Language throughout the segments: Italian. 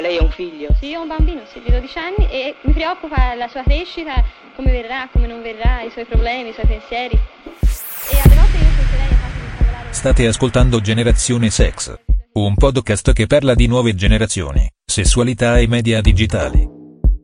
Lei ha un figlio? Sì, ho un bambino, sì, di 12 anni e mi preoccupa la sua crescita, come verrà, come non verrà, i suoi problemi, i suoi pensieri. E alle volte io cercherei infatti di intavolare State ascoltando Generazione Sex, un podcast che parla di nuove generazioni, sessualità e media digitali.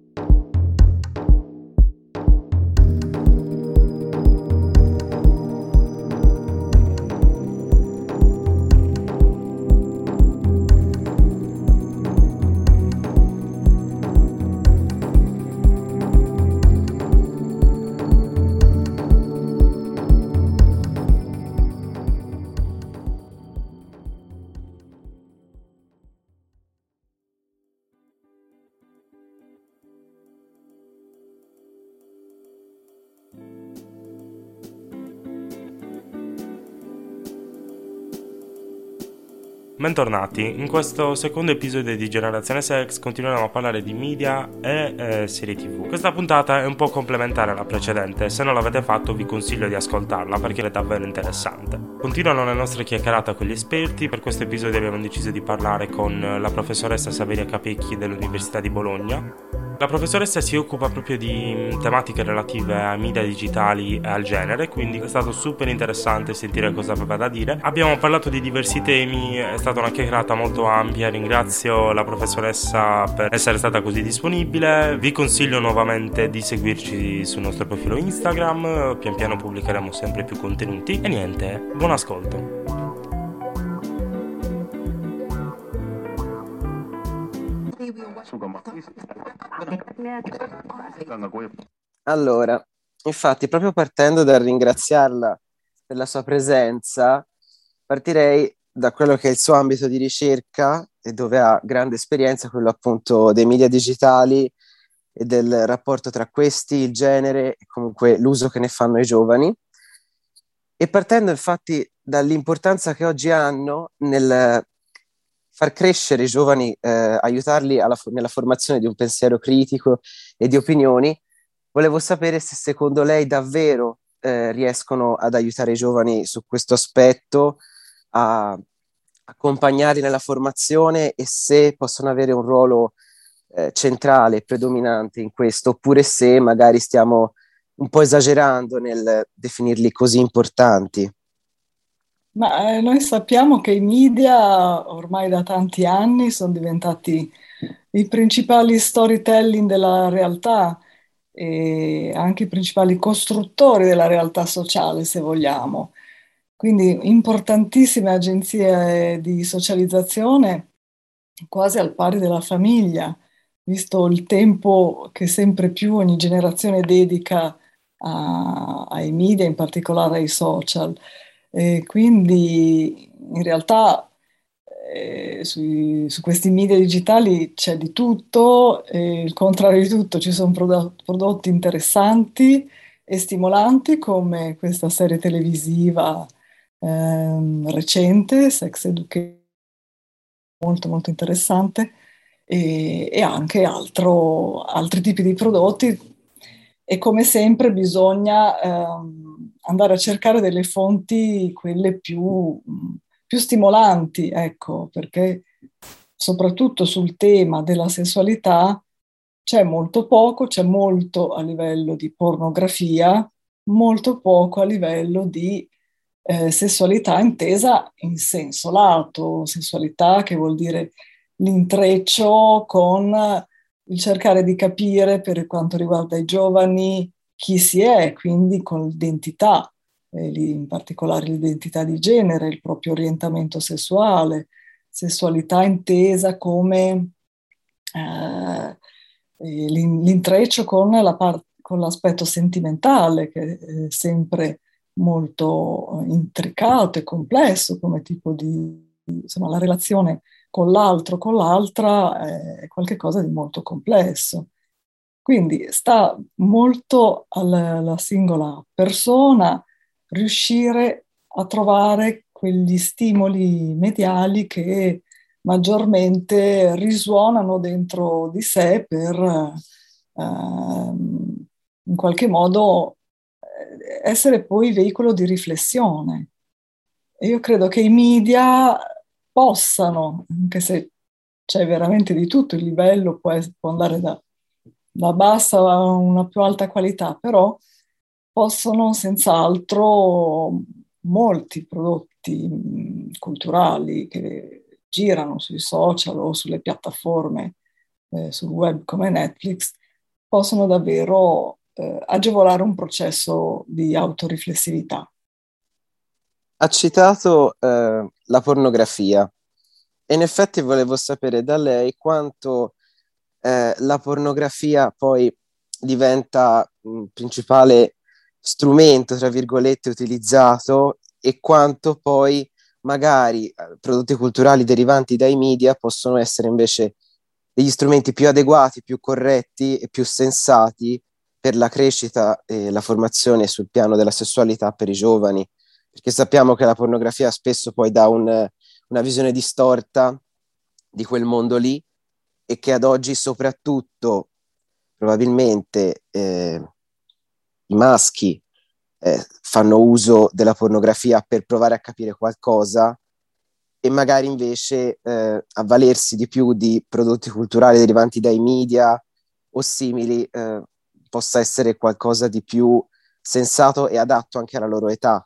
Bentornati, in questo secondo episodio di Generazione Sex continueremo a parlare di media e serie TV. Questa puntata è un po' complementare alla precedente, se non l'avete fatto vi consiglio di ascoltarla perché è davvero interessante. Continuano le nostre chiacchierate con gli esperti, per questo episodio abbiamo deciso di parlare con la professoressa Saveria Capecchi dell'Università di Bologna. La professoressa si occupa proprio di tematiche relative ai media digitali e al genere, quindi è stato super interessante sentire cosa aveva da dire. Abbiamo parlato di diversi temi, è stata una chiacchierata molto ampia, ringrazio la professoressa per essere stata così disponibile. Vi consiglio nuovamente di seguirci sul nostro profilo Instagram, pian piano pubblicheremo sempre più contenuti. E niente, buon ascolto. Allora, infatti, proprio partendo dal ringraziarla per la sua presenza, partirei da quello che è il suo ambito di ricerca e dove ha grande esperienza, quello appunto dei media digitali e del rapporto tra questi, il genere e comunque l'uso che ne fanno i giovani. E partendo infatti dall'importanza che oggi hanno nel far crescere i giovani, aiutarli nella formazione di un pensiero critico e di opinioni, volevo sapere se secondo lei davvero riescono ad aiutare i giovani su questo aspetto, a accompagnarli nella formazione e se possono avere un ruolo centrale, predominante in questo, oppure se magari stiamo un po' esagerando nel definirli così importanti. Ma noi sappiamo che i media ormai da tanti anni sono diventati i principali storytelling della realtà e anche i principali costruttori della realtà sociale, se vogliamo. Quindi importantissime agenzie di socializzazione, quasi al pari della famiglia, visto il tempo che sempre più ogni generazione dedica ai media, in particolare ai social. E quindi in realtà su questi media digitali c'è di tutto, e il contrario di tutto, ci sono prodotti interessanti e stimolanti come questa serie televisiva recente, Sex Education, molto molto interessante, e anche altri tipi di prodotti. E come sempre bisogna andare a cercare delle fonti, quelle più stimolanti, ecco, perché soprattutto sul tema della sessualità c'è molto poco, c'è molto a livello di pornografia, molto poco a livello di sessualità intesa in senso lato, sessualità che vuol dire l'intreccio con il cercare di capire per quanto riguarda i giovani chi si è, quindi con l'identità, in particolare l'identità di genere, il proprio orientamento sessuale, sessualità intesa come l'intreccio con con l'aspetto sentimentale, che è sempre molto intricato e complesso come tipo insomma, la relazione con l'altro, con l'altra è qualcosa di molto complesso. Quindi sta molto alla singola persona riuscire a trovare quegli stimoli mediali che maggiormente risuonano dentro di sé per in qualche modo essere poi veicolo di riflessione. E io credo che i media possano, anche se c'è veramente di tutto, il livello può andare da bassa a una più alta qualità, però possono senz'altro molti prodotti culturali che girano sui social o sulle piattaforme sul web come Netflix, possono davvero agevolare un processo di autoriflessività. Ha citato la pornografia e in effetti volevo sapere da lei quanto la pornografia poi diventa un principale strumento, tra virgolette, utilizzato e quanto poi magari prodotti culturali derivanti dai media possono essere invece degli strumenti più adeguati, più corretti e più sensati per la crescita e la formazione sul piano della sessualità per i giovani, perché sappiamo che la pornografia spesso poi dà una visione distorta di quel mondo lì e che ad oggi soprattutto probabilmente i maschi fanno uso della pornografia per provare a capire qualcosa e magari invece avvalersi di più di prodotti culturali derivanti dai media o simili possa essere qualcosa di più sensato e adatto anche alla loro età.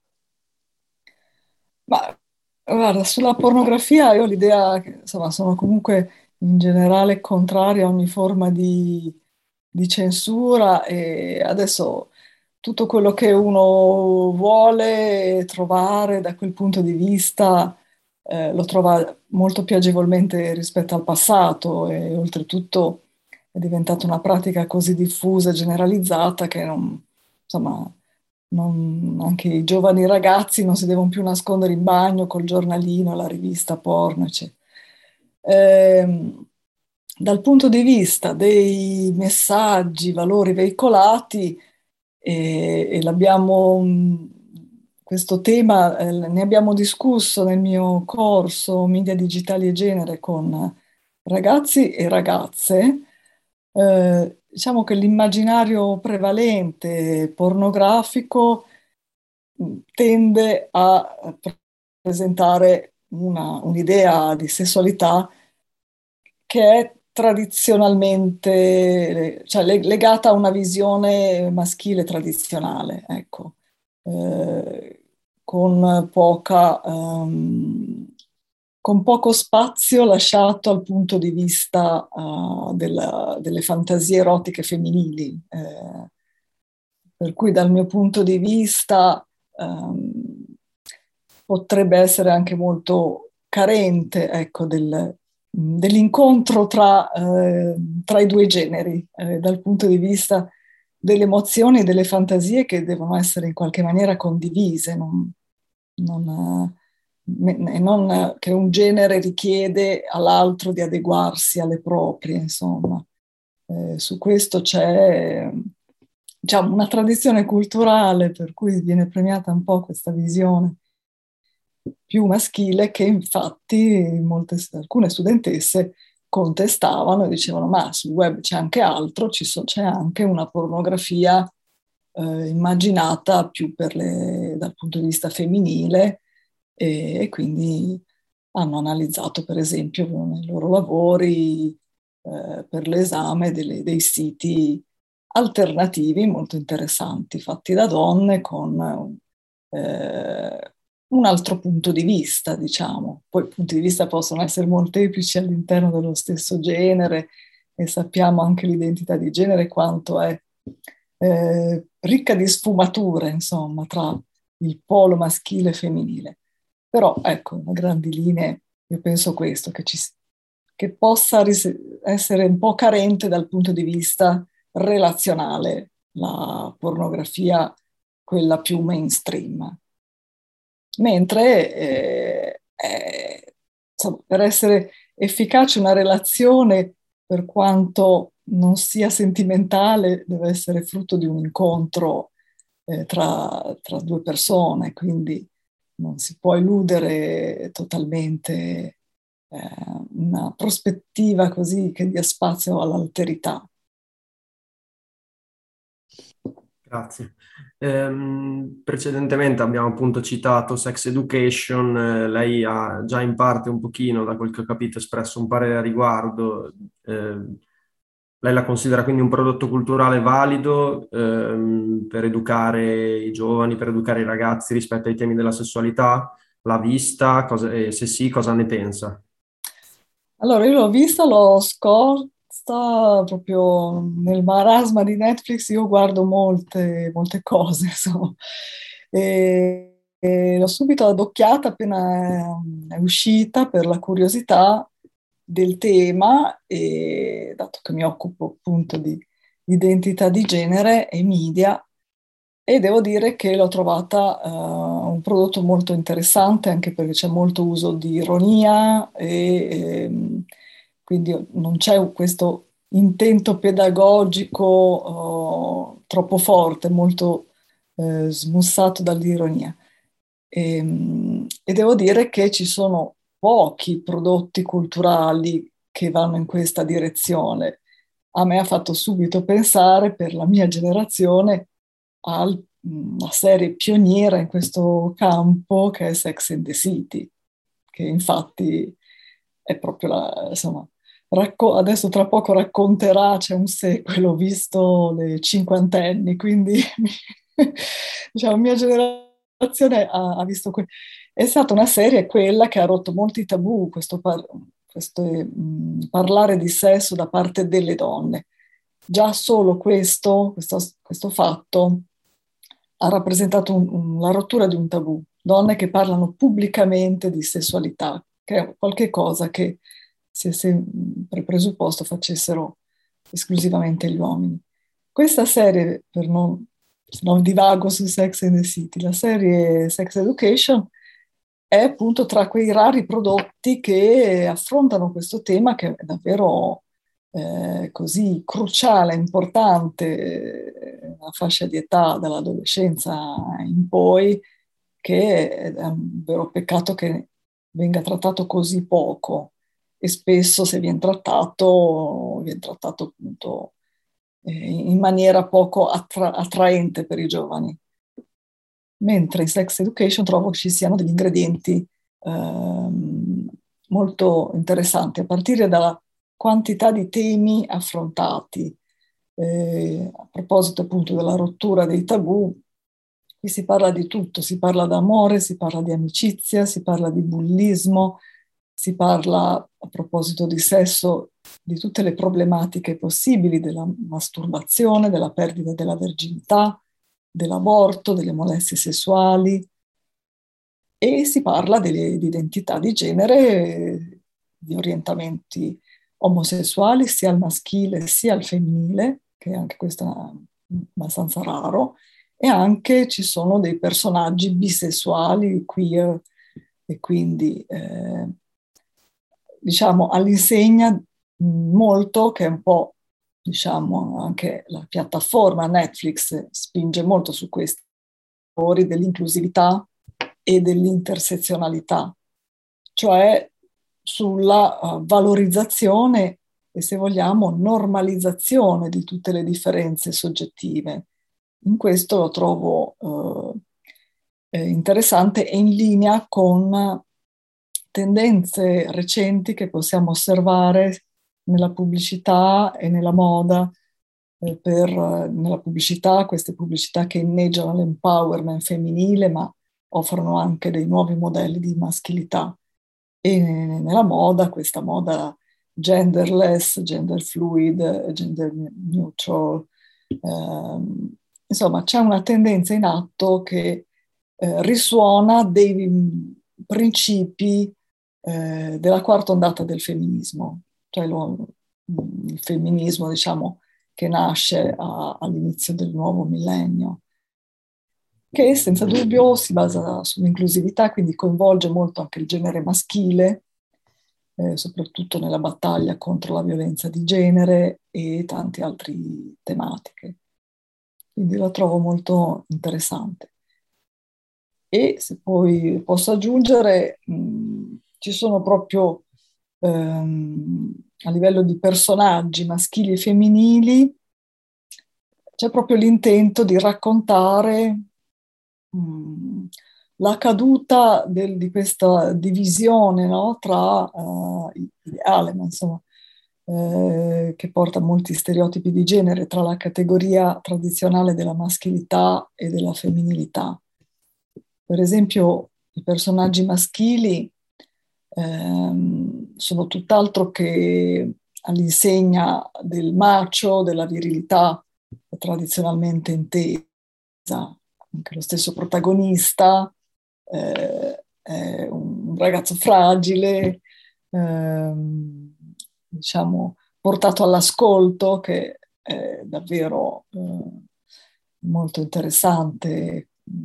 Ma guarda, sulla pornografia io ho l'idea che insomma sono comunque in generale contraria a ogni forma di censura e adesso tutto quello che uno vuole trovare da quel punto di vista lo trova molto più agevolmente rispetto al passato e oltretutto è diventata una pratica così diffusa e generalizzata che non, insomma, anche i giovani ragazzi non si devono più nascondere in bagno col giornalino, la rivista porno, eccetera. Dal punto di vista dei messaggi, valori veicolati, e questo tema ne abbiamo discusso nel mio corso Media Digitali e Genere con ragazzi e ragazze. Diciamo che l'immaginario prevalente pornografico tende a presentare un'idea di sessualità che è tradizionalmente, cioè legata a una visione maschile tradizionale, ecco, con con poco spazio lasciato al punto di vista delle fantasie erotiche femminili. Per cui dal mio punto di vista potrebbe essere anche molto carente, ecco, dell'incontro tra i due generi, dal punto di vista delle emozioni e delle fantasie che devono essere in qualche maniera condivise, e non che un genere richiede all'altro di adeguarsi alle proprie, insomma. Su questo c'è, diciamo, una tradizione culturale per cui viene premiata un po' questa visione più maschile che infatti alcune studentesse contestavano e dicevano ma sul web c'è anche altro, c'è anche una pornografia immaginata più dal punto di vista femminile e quindi hanno analizzato per esempio nei loro lavori per l'esame dei siti alternativi molto interessanti fatti da donne con un altro punto di vista, diciamo. Poi i punti di vista possono essere molteplici all'interno dello stesso genere e sappiamo anche l'identità di genere quanto è ricca di sfumature, insomma, tra il polo maschile e femminile. Però, ecco, a grandi linee, io penso questo, che possa essere un po' carente dal punto di vista relazionale, la pornografia, quella più mainstream. Mentre insomma, per essere efficace una relazione, per quanto non sia sentimentale, deve essere frutto di un incontro tra due persone, quindi non si può eludere totalmente una prospettiva così che dia spazio all'alterità. Grazie. Precedentemente abbiamo appunto citato Sex Education, lei ha già in parte un pochino, da quel che ho capito, espresso un parere a riguardo. Lei la considera quindi un prodotto culturale valido per educare i giovani, per educare i ragazzi rispetto ai temi della sessualità? L'ha vista? E se sì, cosa ne pensa? Allora, io l'ho vista, l'ho scorsa proprio nel marasma di Netflix, io guardo molte cose, insomma. E l'ho subito adocchiata appena è uscita per la curiosità del tema, e dato che mi occupo appunto di identità di genere e media, e devo dire che l'ho trovata un prodotto molto interessante, anche perché c'è molto uso di ironia e quindi non c'è questo intento pedagogico troppo forte, molto smussato dall'ironia. E devo dire che ci sono pochi prodotti culturali che vanno in questa direzione. A me ha fatto subito pensare, per la mia generazione, una serie pioniera in questo campo, che è Sex and the City, che infatti è proprio insomma, adesso tra poco racconterà, c'è un sequel, ho visto le cinquantenni, quindi diciamo, mia generazione ha visto è stata una serie, quella, che ha rotto molti tabù, parlare di sesso da parte delle donne. Già solo questo fatto ha rappresentato la rottura di un tabù. Donne che parlano pubblicamente di sessualità, che è qualche cosa che per presupposto facessero esclusivamente gli uomini. Questa serie, se non divago su Sex and the City, la serie Sex Education è appunto tra quei rari prodotti che affrontano questo tema, che è davvero così cruciale, importante, una fascia di età dall'adolescenza in poi, che è un vero peccato che venga trattato così poco, e spesso, se viene trattato appunto in maniera poco attraente per i giovani. Mentre in Sex Education trovo che ci siano degli ingredienti molto interessanti, a partire dalla quantità di temi affrontati. A proposito appunto della rottura dei tabù, qui si parla di tutto, si parla d'amore, si parla di amicizia, si parla di bullismo, si parla, a proposito di sesso, di tutte le problematiche possibili, della masturbazione, della perdita della verginità, dell'aborto, delle molestie sessuali, e si parla di identità di genere, di orientamenti omosessuali, sia al maschile sia al femminile, che anche questo è abbastanza raro, e anche ci sono dei personaggi bisessuali, queer, e quindi diciamo all'insegna molto, che è un po', diciamo, anche la piattaforma Netflix spinge molto su questi valori dell'inclusività e dell'intersezionalità, cioè sulla valorizzazione e, se vogliamo, normalizzazione di tutte le differenze soggettive. In questo lo trovo interessante e in linea con tendenze recenti che possiamo osservare nella pubblicità e nella moda, nella pubblicità, queste pubblicità che inneggiano l'empowerment femminile, ma offrono anche dei nuovi modelli di maschilità. E nella moda, questa moda genderless, gender fluid, gender neutral, insomma c'è una tendenza in atto che risuona dei principi della quarta ondata del femminismo, cioè il femminismo, diciamo, che nasce all'inizio del nuovo millennio, che senza dubbio si basa sull'inclusività, quindi coinvolge molto anche il genere maschile, soprattutto nella battaglia contro la violenza di genere e tante altre tematiche. Quindi la trovo molto interessante. E se poi posso aggiungere, ci sono proprio a livello di personaggi maschili e femminili, c'è proprio l'intento di raccontare la caduta di questa divisione, no, tra ideale, ma insomma, che porta a molti stereotipi di genere, tra la categoria tradizionale della maschilità e della femminilità. Per esempio, i personaggi maschili sono tutt'altro che all'insegna del macho, della virilità tradizionalmente intesa. Anche lo stesso protagonista è un ragazzo fragile, diciamo, portato all'ascolto, che è davvero molto interessante.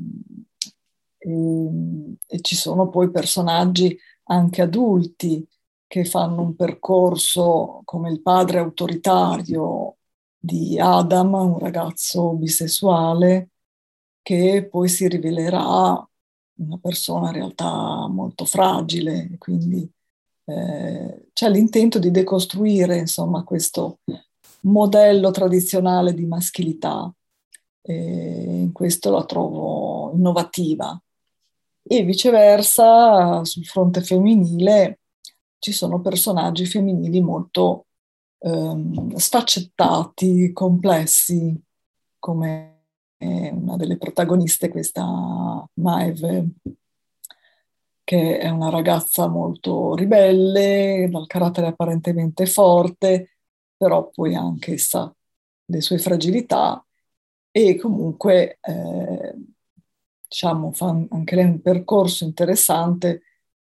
E ci sono poi personaggi anche adulti che fanno un percorso come il padre autoritario di Adam, un ragazzo bisessuale, che poi si rivelerà una persona in realtà molto fragile, quindi c'è l'intento di decostruire, insomma, questo modello tradizionale di maschilità, e in questo la trovo innovativa. E viceversa, sul fronte femminile ci sono personaggi femminili molto sfaccettati, complessi, come una delle protagoniste, questa Maeve, che è una ragazza molto ribelle, dal carattere apparentemente forte, però poi anche essa le sue fragilità, e comunque diciamo fa anche lei un percorso interessante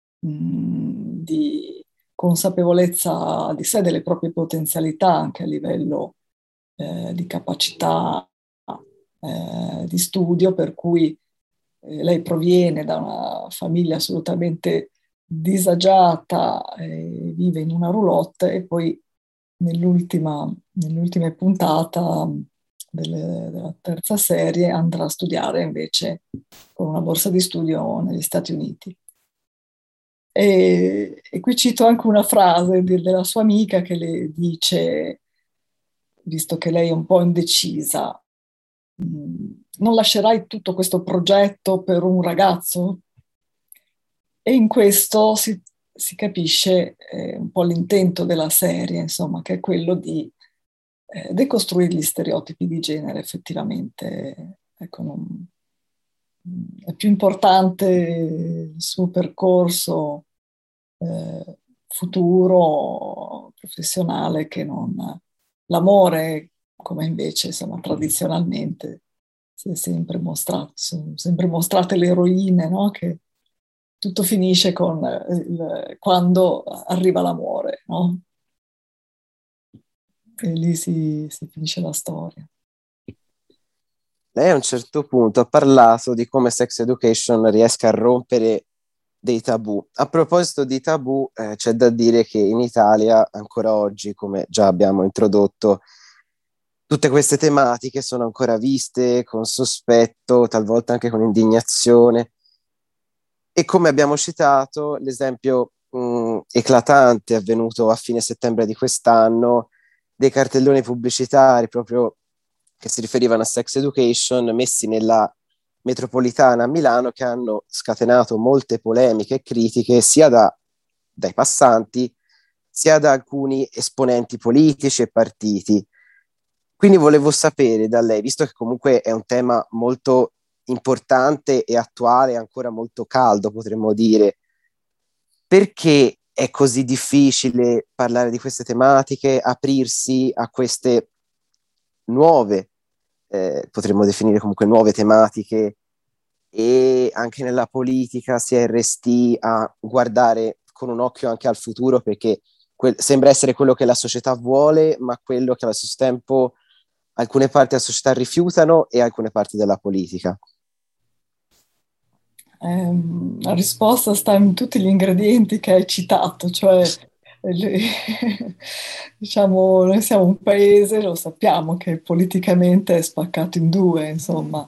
di consapevolezza di sé, delle proprie potenzialità, anche a livello di capacità di studio, per cui lei proviene da una famiglia assolutamente disagiata, vive in una roulotte, e poi nell'ultima puntata della terza serie andrà a studiare invece con una borsa di studio negli Stati Uniti. E qui cito anche una frase della sua amica che le dice, visto che lei è un po' indecisa: non lascerai tutto questo progetto per un ragazzo? E in questo si capisce un po' l'intento della serie, insomma, che è quello di decostruire gli stereotipi di genere. Effettivamente, ecco, è più importante il suo percorso futuro, professionale, che non l'amore, come invece, insomma, tradizionalmente si è sempre mostrato. Sono sempre mostrate le eroine, no? Che tutto finisce con quando arriva l'amore, no? E lì si finisce la storia. Lei a un certo punto ha parlato di come Sex Education riesca a rompere dei tabù. A proposito di tabù, c'è da dire che in Italia ancora oggi, come già abbiamo introdotto, tutte queste tematiche sono ancora viste con sospetto, talvolta anche con indignazione. E come abbiamo citato, l'esempio eclatante è avvenuto a fine settembre di quest'anno, dei cartelloni pubblicitari proprio che si riferivano a Sex Education messi nella metropolitana a Milano, che hanno scatenato molte polemiche e critiche sia dai passanti sia da alcuni esponenti politici e partiti. Quindi volevo sapere da lei, visto che comunque è un tema molto importante e attuale, ancora molto caldo, potremmo dire, perché è così difficile parlare di queste tematiche, aprirsi a queste nuove, potremmo definire comunque nuove tematiche, e anche nella politica si è resti a guardare con un occhio anche al futuro, perché sembra essere quello che la società vuole, ma quello che allo stesso tempo alcune parti della società rifiutano e alcune parti della politica. La risposta sta in tutti gli ingredienti che hai citato, cioè diciamo, noi siamo un paese, lo sappiamo, che politicamente è spaccato in due, insomma,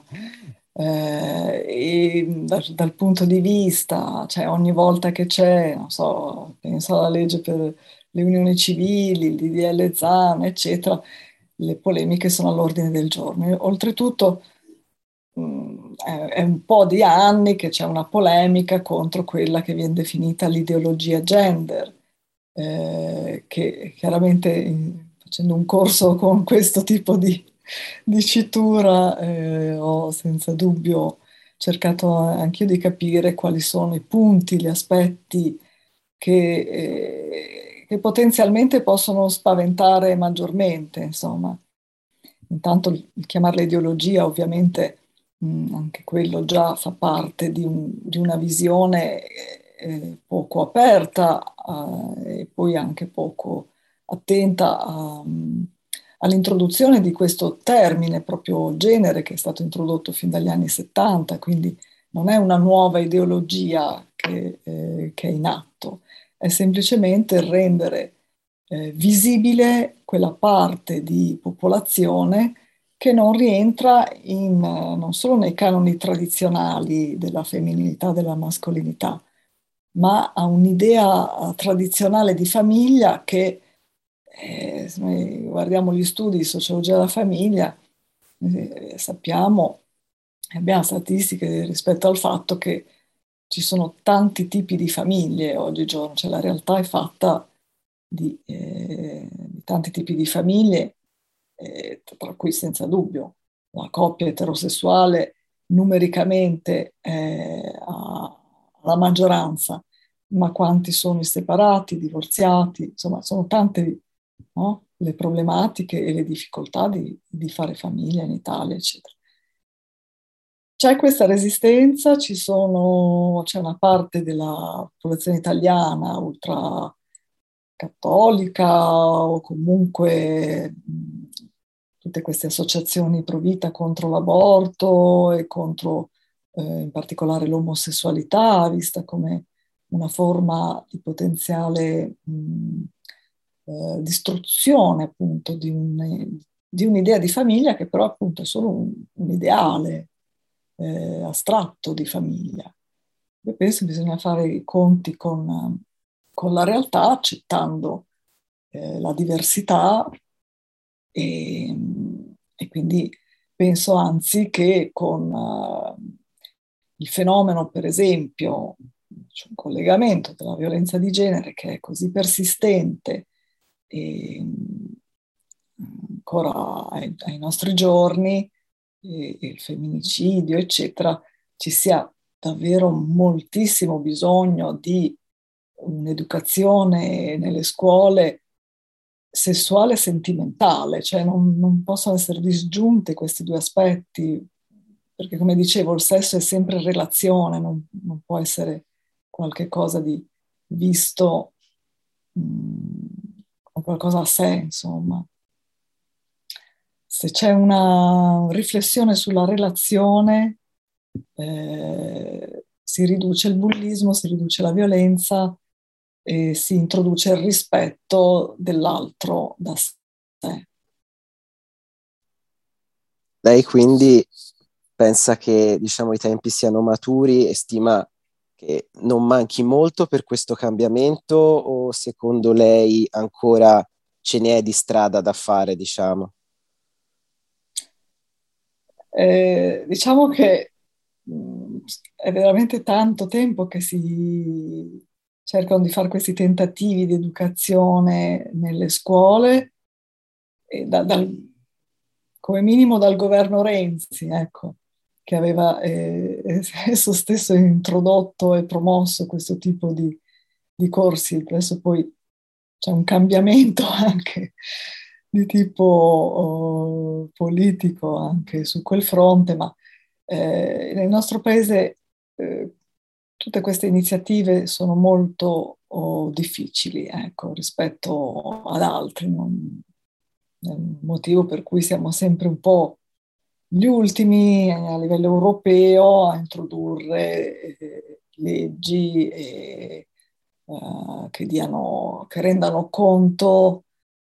e dal punto di vista, cioè ogni volta che c'è, non so, penso alla legge per le unioni civili, il DDL Zan, eccetera, le polemiche sono all'ordine del giorno. E oltretutto è un po' di anni che c'è una polemica contro quella che viene definita l'ideologia gender, che chiaramente facendo un corso con questo tipo di dicitura ho senza dubbio cercato anch'io di capire quali sono i punti, gli aspetti che potenzialmente possono spaventare maggiormente, insomma. Intanto il chiamarla ideologia ovviamente anche quello già fa parte di una visione poco aperta e poi anche poco attenta all'introduzione di questo termine, proprio genere, che è stato introdotto fin dagli anni 70, quindi non è una nuova ideologia che è in atto, è semplicemente rendere visibile quella parte di popolazione che non rientra non solo nei canoni tradizionali della femminilità, della mascolinità, ma ha un'idea tradizionale di famiglia che, se noi guardiamo gli studi di sociologia della famiglia, sappiamo, abbiamo statistiche rispetto al fatto che ci sono tanti tipi di famiglie oggigiorno, cioè la realtà è fatta di tanti tipi di famiglie, tra cui senza dubbio la coppia eterosessuale numericamente ha la maggioranza, ma quanti sono i separati, i divorziati, insomma sono tante, no? Le problematiche e le difficoltà di fare famiglia in Italia, eccetera. C'è questa resistenza, c'è una parte della popolazione italiana ultra cattolica o comunque tutte queste associazioni pro vita contro l'aborto e contro in particolare l'omosessualità, vista come una forma di potenziale distruzione appunto di un'idea di famiglia che però appunto è solo un ideale astratto di famiglia. Io penso che bisogna fare i conti con la realtà, accettando la diversità e quindi penso anzi che con il fenomeno, per esempio, c'è un collegamento della violenza di genere che è così persistente e ancora ai nostri giorni, e il femminicidio, eccetera, ci sia davvero moltissimo bisogno di un'educazione nelle scuole sessuale e sentimentale, cioè non possono essere disgiunti questi due aspetti, perché come dicevo il sesso è sempre relazione, non può essere qualche cosa di visto come qualcosa a sé, insomma. Se c'è una riflessione sulla relazione, si riduce il bullismo, si riduce la violenza e si introduce il rispetto dell'altro da sé. Lei quindi pensa che, diciamo, i tempi siano maturi e stima che non manchi molto per questo cambiamento, o secondo lei ancora ce n'è di strada da fare, diciamo? Diciamo che è veramente tanto tempo che si cercano di fare questi tentativi di educazione nelle scuole, e come minimo dal governo Renzi, ecco, che aveva esso stesso introdotto e promosso questo tipo di corsi. Adesso poi c'è un cambiamento anche di tipo politico anche su quel fronte, ma nel nostro paese tutte queste iniziative sono molto difficili, ecco, rispetto ad altri. È il motivo per cui siamo sempre un po' gli ultimi a livello europeo a introdurre leggi che rendano conto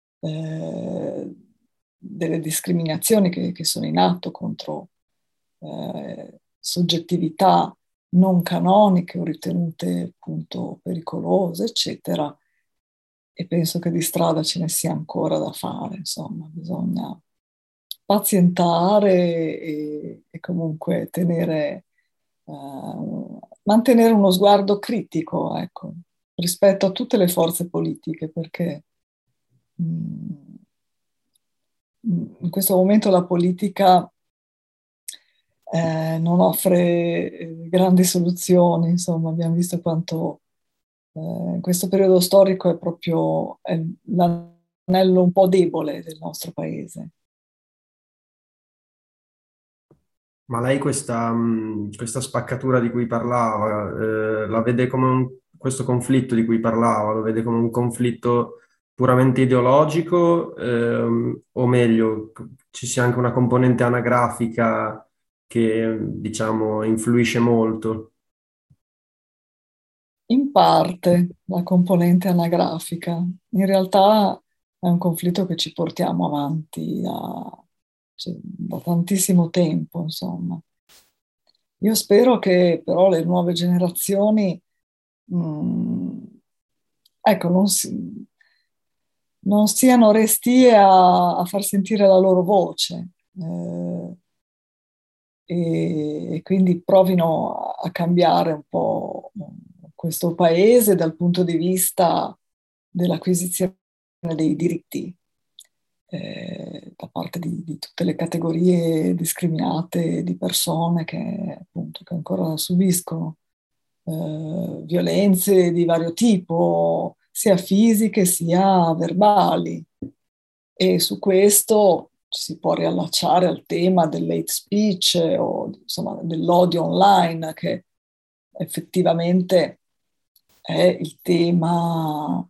delle discriminazioni che sono in atto contro soggettività non canoniche o ritenute appunto pericolose, eccetera. e penso che di strada ce ne sia ancora da fare, insomma, bisogna pazientare e comunque mantenere uno sguardo critico, ecco, rispetto a tutte le forze politiche, perché in questo momento la politica non offre grandi soluzioni, insomma, abbiamo visto quanto in questo periodo storico è proprio l'anello un po' debole del nostro paese. Ma lei questa spaccatura di cui parlava, la vede come questo conflitto di cui parlava, lo vede come un conflitto puramente ideologico, o meglio, ci sia anche una componente anagrafica che, diciamo, influisce molto? In parte la componente anagrafica, in realtà è un conflitto che ci portiamo avanti da tantissimo tempo, insomma. Io spero che però le nuove generazioni, ecco, non siano restie a far sentire la loro voce, e quindi provino a cambiare un po' questo paese dal punto di vista dell'acquisizione dei diritti da parte di tutte le categorie discriminate di persone appunto, che ancora subiscono violenze di vario tipo, sia fisiche sia verbali. E su questo ci si può riallacciare al tema dell'hate speech o insomma dell'odio online, che effettivamente è il tema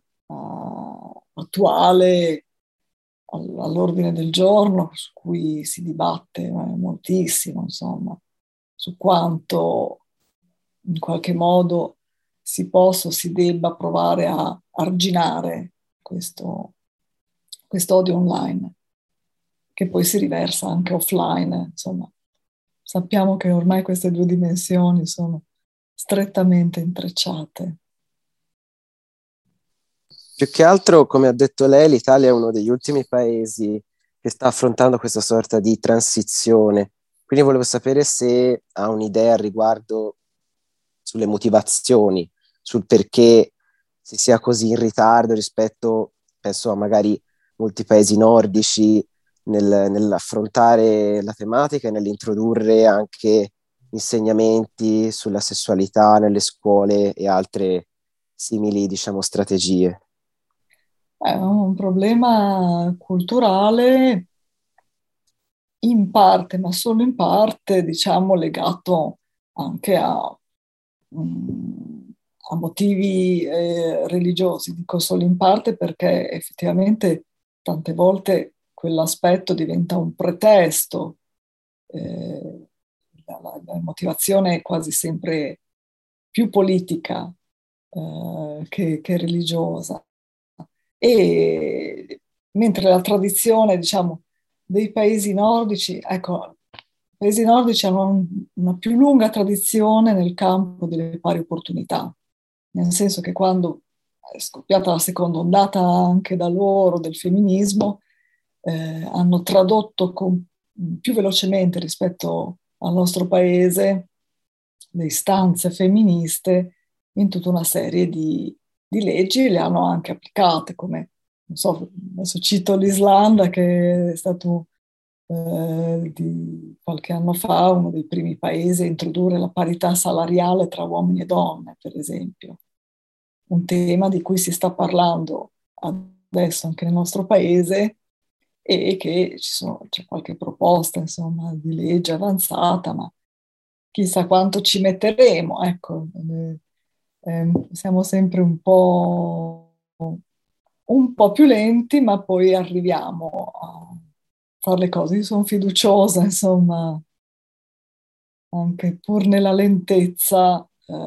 attuale all'ordine del giorno, su cui si dibatte moltissimo, insomma, su quanto in qualche modo si possa o si debba provare a arginare questo odio online, che poi si riversa anche offline, insomma. Sappiamo che ormai queste due dimensioni sono strettamente intrecciate. Più che altro, come ha detto lei, l'Italia è uno degli ultimi paesi che sta affrontando questa sorta di transizione. Quindi volevo sapere se ha un'idea al riguardo sulle motivazioni, sul perché si sia così in ritardo rispetto, penso a magari molti paesi nordici, nell'affrontare la tematica e nell'introdurre anche insegnamenti sulla sessualità nelle scuole e altre simili, diciamo, strategie. È un problema culturale in parte, ma solo in parte, diciamo, legato anche a motivi religiosi. Dico solo in parte perché effettivamente tante volte quell'aspetto diventa un pretesto. La motivazione è quasi sempre più politica che religiosa. E mentre la tradizione, diciamo, dei paesi nordici, ecco, i paesi nordici hanno una più lunga tradizione nel campo delle pari opportunità, nel senso che quando è scoppiata la seconda ondata anche da loro del femminismo, hanno tradotto più velocemente rispetto al nostro paese le istanze femministe in tutta una serie di leggi, le hanno anche applicate, come, non so, adesso cito l'Islanda, che è stato di qualche anno fa uno dei primi paesi a introdurre la parità salariale tra uomini e donne, per esempio. Un tema di cui si sta parlando adesso anche nel nostro paese e che c'è qualche proposta, insomma, di legge avanzata, ma chissà quanto ci metteremo, ecco. Siamo sempre un po' più lenti, ma poi arriviamo a fare le cose. Io sono fiduciosa, insomma, anche pur nella lentezza,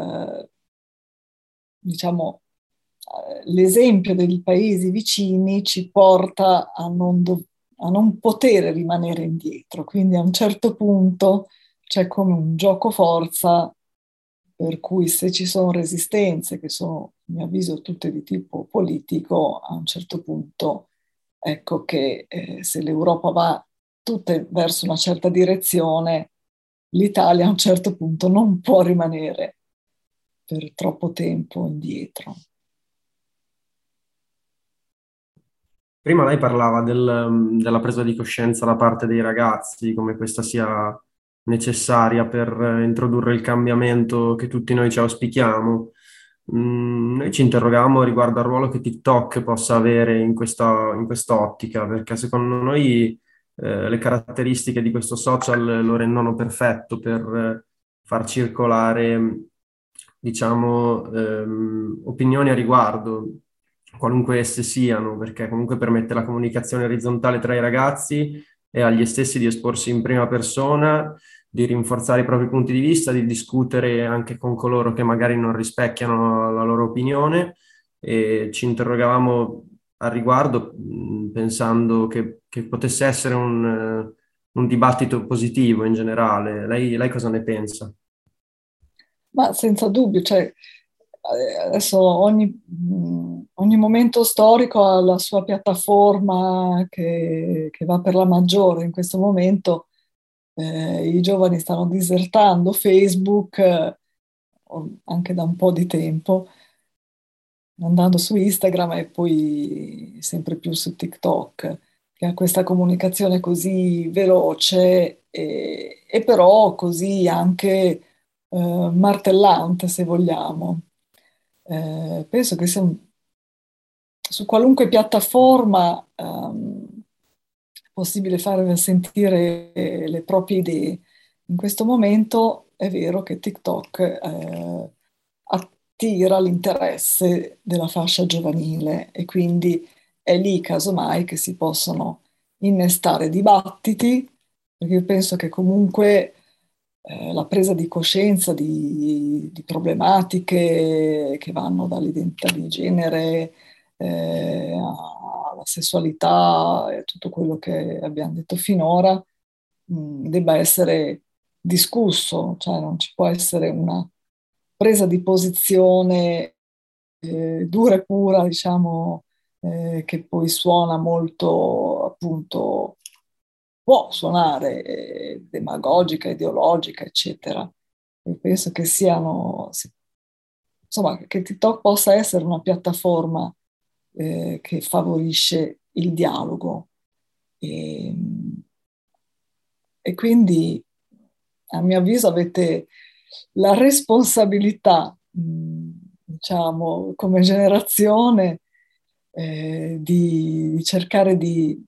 diciamo, l'esempio dei paesi vicini ci porta a non poter rimanere indietro. Quindi a un certo punto c'è come un gioco forza per cui se ci sono resistenze, che sono, a mio avviso, tutte di tipo politico, a un certo punto, ecco che se l'Europa va tutta verso una certa direzione, l'Italia a un certo punto non può rimanere per troppo tempo indietro. Prima lei parlava della presa di coscienza da parte dei ragazzi, come questa sia necessaria per introdurre il cambiamento che tutti noi ci auspichiamo. Noi ci interrogavamo riguardo al ruolo che TikTok possa avere in questa ottica, perché secondo noi le caratteristiche di questo social lo rendono perfetto per far circolare, diciamo, opinioni a riguardo, qualunque esse siano, perché comunque permette la comunicazione orizzontale tra i ragazzi e agli stessi di esporsi in prima persona, di rinforzare i propri punti di vista, di discutere anche con coloro che magari non rispecchiano la loro opinione, e ci interrogavamo al riguardo, pensando che potesse essere un dibattito positivo in generale. Lei cosa ne pensa? Ma senza dubbio, cioè, adesso ogni momento storico ha la sua piattaforma che va per la maggiore. In questo momento i giovani stanno disertando Facebook anche da un po' di tempo, andando su Instagram e poi sempre più su TikTok, che ha questa comunicazione così veloce e però così anche martellante, se vogliamo. Penso che su qualunque piattaforma è possibile far sentire le proprie idee. In questo momento è vero che TikTok attira l'interesse della fascia giovanile e quindi è lì, casomai, che si possono innestare dibattiti, perché io penso che comunque la presa di coscienza di problematiche che vanno dall'identità di genere alla sessualità e tutto quello che abbiamo detto finora debba essere discusso, cioè non ci può essere una presa di posizione dura e pura, diciamo, che poi suona molto, appunto, può suonare demagogica, ideologica, eccetera. E penso che insomma, che TikTok possa essere una piattaforma che favorisce il dialogo. E, e quindi, a mio avviso, avete la responsabilità, diciamo, come generazione, di cercare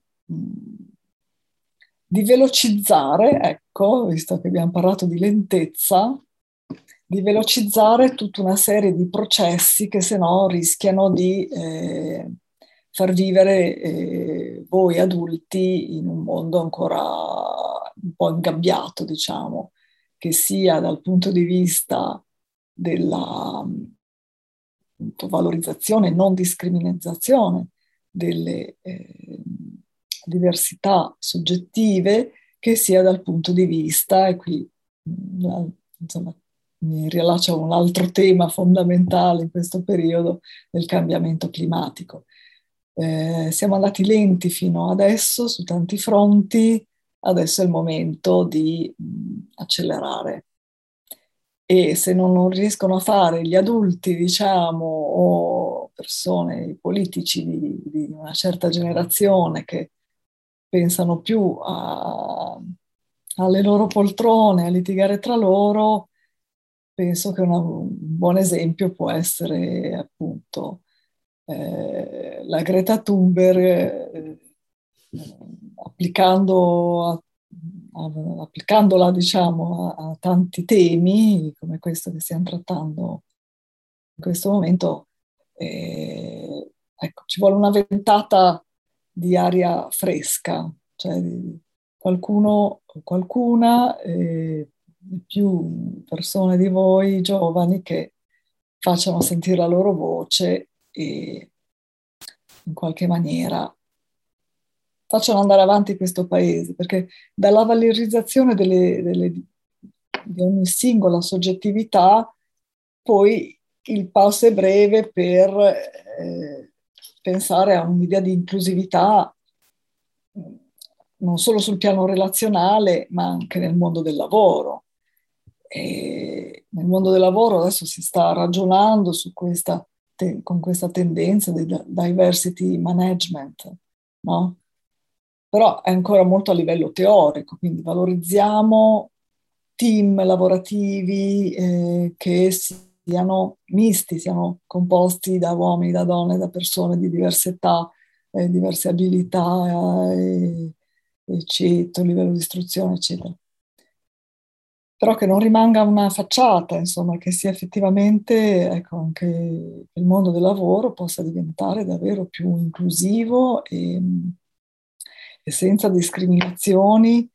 di velocizzare, ecco, visto che abbiamo parlato di lentezza, di velocizzare tutta una serie di processi che se no rischiano di far vivere voi adulti in un mondo ancora un po' ingabbiato, diciamo, che sia dal punto di vista della appunto, valorizzazione e non discriminazione delle diversità soggettive, che sia dal punto di vista, e qui insomma mi riallaccio a un altro tema fondamentale in questo periodo, del cambiamento climatico. Siamo andati lenti fino adesso su tanti fronti, adesso è il momento di accelerare. E se non riescono a fare gli adulti, diciamo, o persone, politici di una certa generazione che pensano più alle loro poltrone, a litigare tra loro, penso che un buon esempio può essere appunto la Greta Thunberg, applicandola, diciamo, a tanti temi come questo che stiamo trattando in questo momento. Ecco, ci vuole una ventata di aria fresca, cioè qualcuno o qualcuna, più persone di voi giovani che facciano sentire la loro voce e in qualche maniera facciano andare avanti questo paese, perché dalla valorizzazione di ogni singola soggettività poi il passo è breve per pensare a un'idea di inclusività non solo sul piano relazionale, ma anche nel mondo del lavoro. E nel mondo del lavoro adesso si sta ragionando su con questa tendenza di diversity management, no? Però è ancora molto a livello teorico, quindi valorizziamo team lavorativi che siano misti, siano composti da uomini, da donne, da persone di diverse età, diverse abilità, eccetera, livello di istruzione, eccetera. Però che non rimanga una facciata, insomma, che sia effettivamente, ecco, anche il mondo del lavoro possa diventare davvero più inclusivo e senza discriminazioni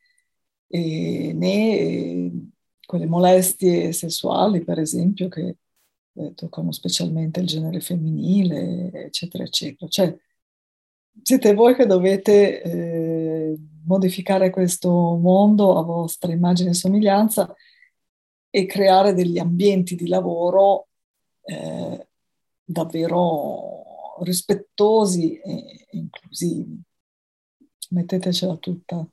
né quelle molestie sessuali, per esempio, che toccano specialmente il genere femminile, eccetera, eccetera. Cioè, siete voi che dovete modificare questo mondo a vostra immagine e somiglianza e creare degli ambienti di lavoro davvero rispettosi e inclusivi. Mettetecela tutta.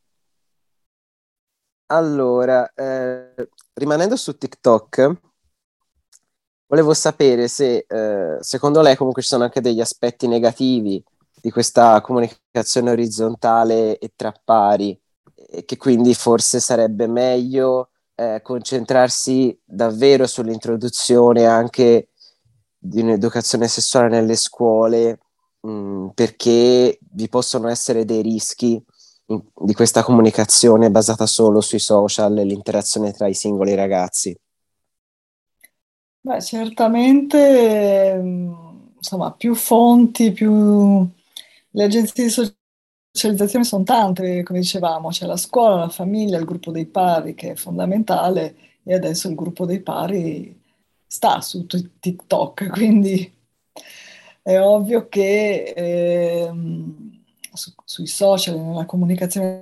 Allora, rimanendo su TikTok, volevo sapere se secondo lei comunque ci sono anche degli aspetti negativi di questa comunicazione orizzontale e tra pari, e che quindi forse sarebbe meglio concentrarsi davvero sull'introduzione anche di un'educazione sessuale nelle scuole, perché vi possono essere dei rischi di questa comunicazione basata solo sui social e l'interazione tra i singoli ragazzi. Beh, certamente, insomma, più fonti, le agenzie di socializzazione sono tante, come dicevamo, c'è la scuola, la famiglia, il gruppo dei pari che è fondamentale e adesso il gruppo dei pari sta su TikTok, quindi è ovvio che sui social e nella comunicazione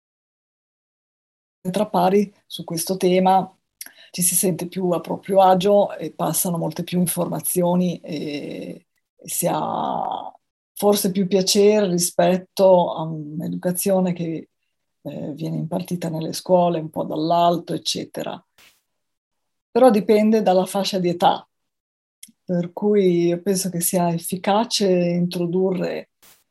tra pari su questo tema ci si sente più a proprio agio e passano molte più informazioni e si ha forse più piacere rispetto a un'educazione che viene impartita nelle scuole un po' dall'alto, eccetera. Però dipende dalla fascia di età, per cui io penso che sia efficace introdurre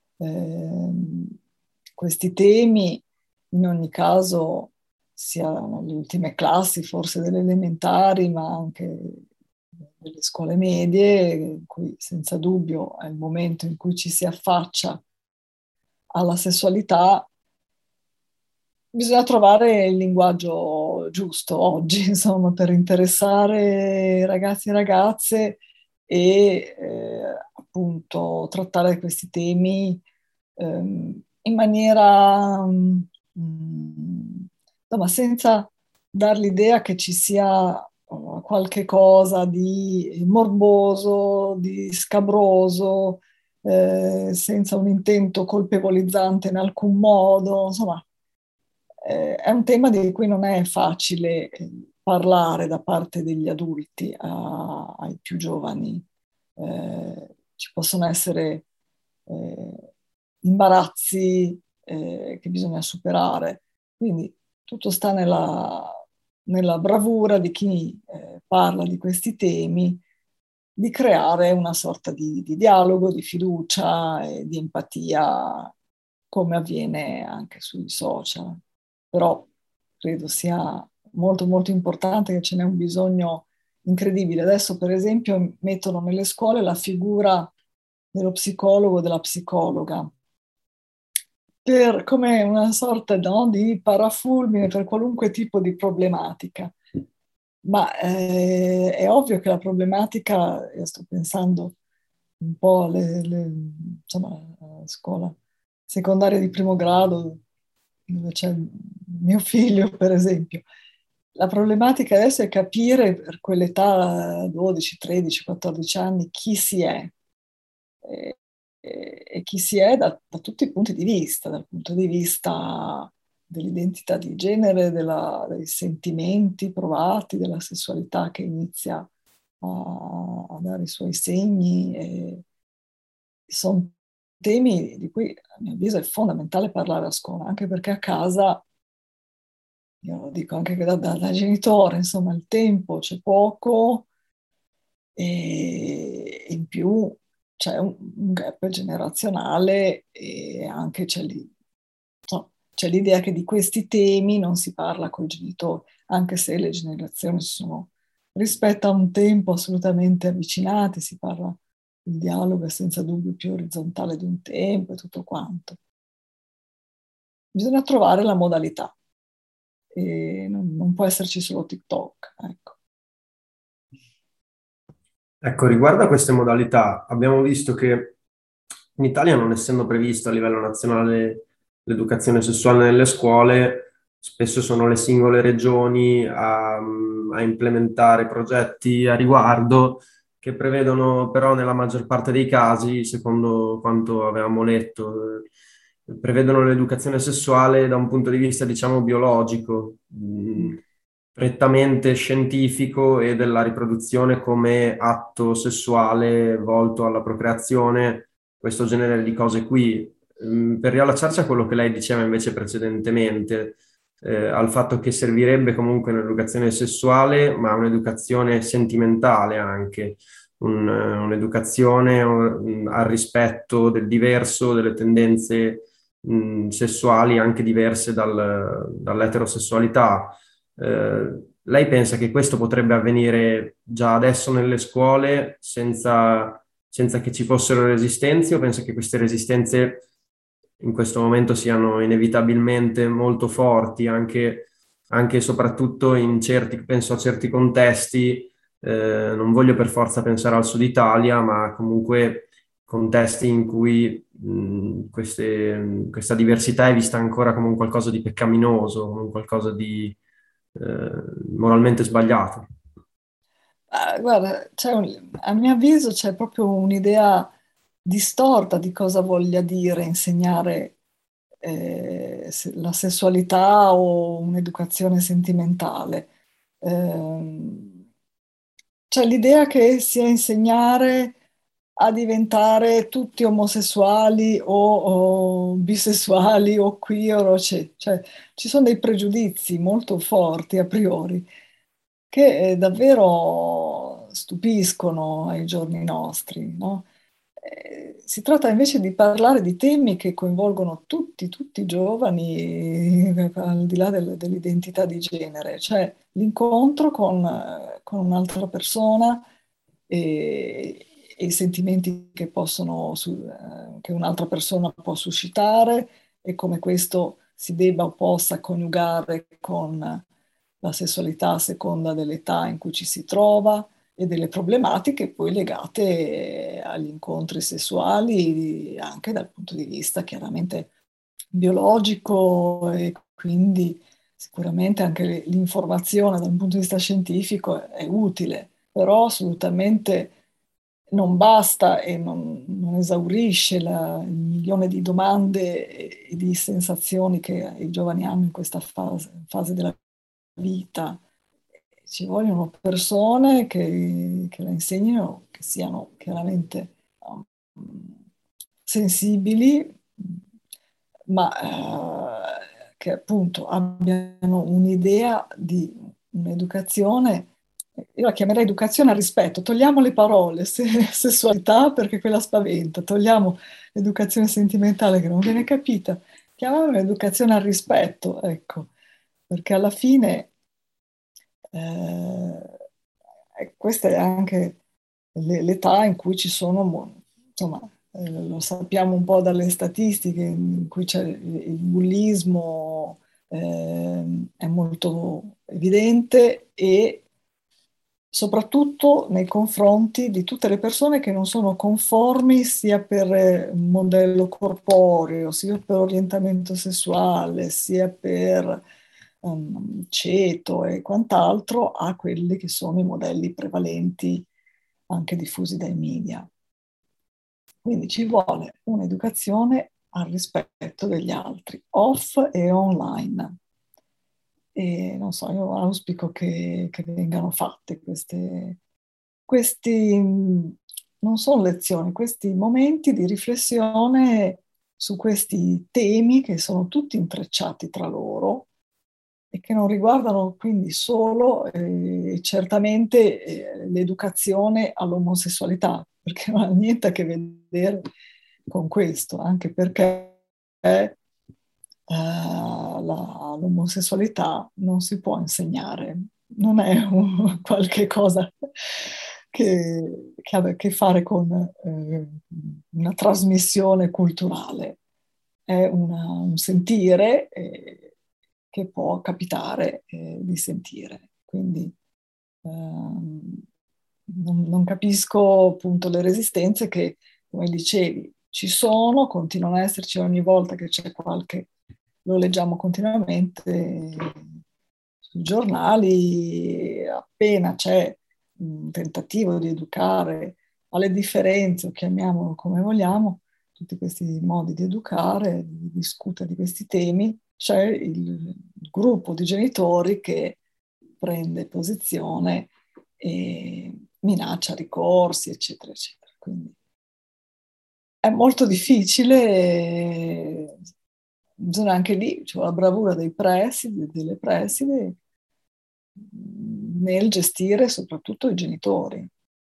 questi temi in ogni caso sia nelle ultime classi, forse delle elementari, ma anche delle scuole medie, in cui senza dubbio è il momento in cui ci si affaccia alla sessualità. Bisogna trovare il linguaggio giusto oggi, insomma, per interessare ragazzi e ragazze e appunto trattare questi temi in maniera insomma, senza dar l'idea che ci sia qualche cosa di morboso, di scabroso, senza un intento colpevolizzante in alcun modo, insomma, è un tema di cui non è facile parlare da parte degli adulti ai più giovani. Ci possono essere imbarazzi che bisogna superare. Quindi tutto sta nella bravura di chi parla di questi temi, di creare una sorta di dialogo, di fiducia e di empatia, come avviene anche sui social. Però credo sia molto molto importante, che ce n'è un bisogno incredibile. Adesso, per esempio, mettono nelle scuole la figura dello psicologo o della psicologa, come una sorta, no, di parafulmine per qualunque tipo di problematica. Ma è ovvio che la problematica, io sto pensando un po' insomma, alla scuola secondaria di primo grado, dove c'è mio figlio, per esempio. La problematica adesso è capire per quell'età, 12, 13, 14 anni, chi si è. E chi si è da tutti i punti di vista, dal punto di vista dell'identità di genere, dei sentimenti provati, della sessualità che inizia a dare i suoi segni. E sono temi di cui, a mio avviso, è fondamentale parlare a scuola, anche perché a casa, io lo dico anche da genitore, insomma, il tempo c'è poco e in più c'è un gap generazionale e anche c'è l'idea che di questi temi non si parla con i genitori, anche se le generazioni sono rispetto a un tempo assolutamente avvicinate, si parla, il dialogo è senza dubbio più orizzontale di un tempo e tutto quanto. Bisogna trovare la modalità e non può esserci solo TikTok, ecco. Ecco, riguardo a queste modalità, abbiamo visto che in Italia, non essendo prevista a livello nazionale l'educazione sessuale nelle scuole, spesso sono le singole regioni a implementare progetti a riguardo che prevedono però nella maggior parte dei casi, secondo quanto avevamo letto, prevedono l'educazione sessuale da un punto di vista, diciamo, biologico, prettamente scientifico e della riproduzione come atto sessuale volto alla procreazione, questo genere di cose qui. Per riallacciarci a quello che lei diceva invece precedentemente, al fatto che servirebbe comunque un'educazione sessuale, ma un'educazione sentimentale anche, un'educazione al rispetto del diverso, delle tendenze sessuali anche diverse dall'eterosessualità. Lei pensa che questo potrebbe avvenire già adesso nelle scuole senza che ci fossero resistenze, o pensa che queste resistenze in questo momento siano inevitabilmente molto forti, anche e soprattutto penso a certi contesti, non voglio per forza pensare al Sud Italia, ma comunque contesti in cui questa diversità è vista ancora come un qualcosa di peccaminoso, come un qualcosa di moralmente sbagliato. Guarda, a mio avviso c'è proprio un'idea distorta di cosa voglia dire insegnare la sessualità o un'educazione sentimentale. C'è l'idea che sia insegnare a diventare tutti omosessuali o bisessuali o queer, cioè ci sono dei pregiudizi molto forti a priori che davvero stupiscono ai giorni nostri, no? Si tratta invece di parlare di temi che coinvolgono tutti i giovani, al di là dell'identità di genere, cioè l'incontro con un'altra persona e i sentimenti che un'altra persona può suscitare e come questo si debba o possa coniugare con la sessualità a seconda dell'età in cui ci si trova e delle problematiche poi legate agli incontri sessuali, anche dal punto di vista chiaramente biologico e quindi sicuramente anche l'informazione dal punto di vista scientifico è utile, però assolutamente non basta e non esaurisce il milione di domande e di sensazioni che i giovani hanno in questa fase della vita. Ci vogliono persone che la insegnino, che siano chiaramente sensibili, ma che appunto abbiano un'idea di un'educazione. Io la chiamerei educazione al rispetto, togliamo le parole sessualità perché quella spaventa, togliamo l'educazione sentimentale che non viene capita, chiamiamola un'educazione al rispetto, ecco, perché alla fine questa è anche l'età in cui ci sono, insomma, lo sappiamo un po' dalle statistiche, in cui c'è il bullismo, è molto evidente e soprattutto nei confronti di tutte le persone che non sono conformi sia per modello corporeo, sia per orientamento sessuale, sia per ceto e quant'altro, a quelli che sono i modelli prevalenti anche diffusi dai media. Quindi ci vuole un'educazione al rispetto degli altri, off e online. E non so, io auspico che vengano fatte questi non sono lezioni, questi momenti di riflessione su questi temi che sono tutti intrecciati tra loro e che non riguardano quindi solo certamente l'educazione all'omosessualità, perché non ha niente a che vedere con questo, anche perché l'omosessualità non si può insegnare, non è qualche cosa che ha a che fare con una trasmissione culturale, è un sentire che può capitare di sentire. Quindi non capisco appunto le resistenze che, come dicevi, ci sono, continuano a esserci ogni volta che c'è qualche, lo leggiamo continuamente sui giornali, appena c'è un tentativo di educare alle differenze, o chiamiamolo come vogliamo, tutti questi modi di educare, di discutere di questi temi, c'è il gruppo di genitori che prende posizione e minaccia ricorsi, eccetera, eccetera. Quindi è molto difficile, bisogna anche lì, cioè la bravura dei presidi, delle presidi, nel gestire soprattutto i genitori,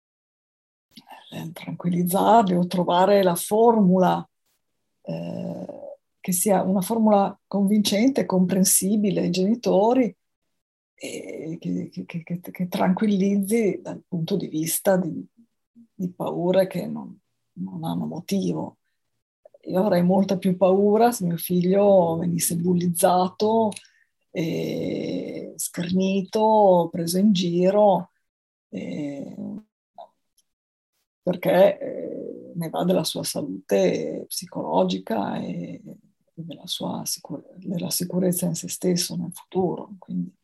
tranquillizzarli o trovare la formula che sia una formula convincente, comprensibile ai genitori e che tranquillizzi dal punto di vista di paure che non hanno motivo. Io avrei molta più paura se mio figlio venisse bullizzato, schernito, preso in giro, perché ne va della sua salute psicologica e della sicurezza in se stesso nel futuro. Quindi.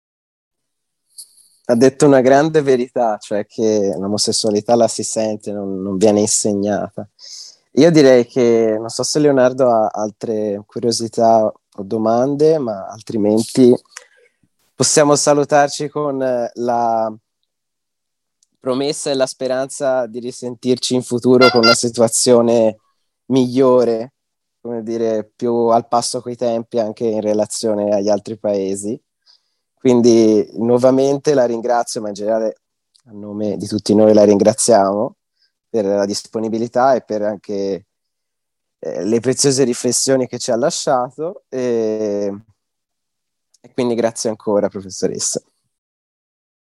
Ha detto una grande verità, cioè che l'omosessualità la si sente, non viene insegnata. Io direi che, non so se Leonardo ha altre curiosità o domande, ma altrimenti possiamo salutarci con la promessa e la speranza di risentirci in futuro con una situazione migliore, come dire, più al passo coi tempi anche in relazione agli altri paesi. Quindi nuovamente la ringrazio, ma in generale a nome di tutti noi la ringraziamo per la disponibilità e per anche le preziose riflessioni che ci ha lasciato e quindi grazie ancora, professoressa.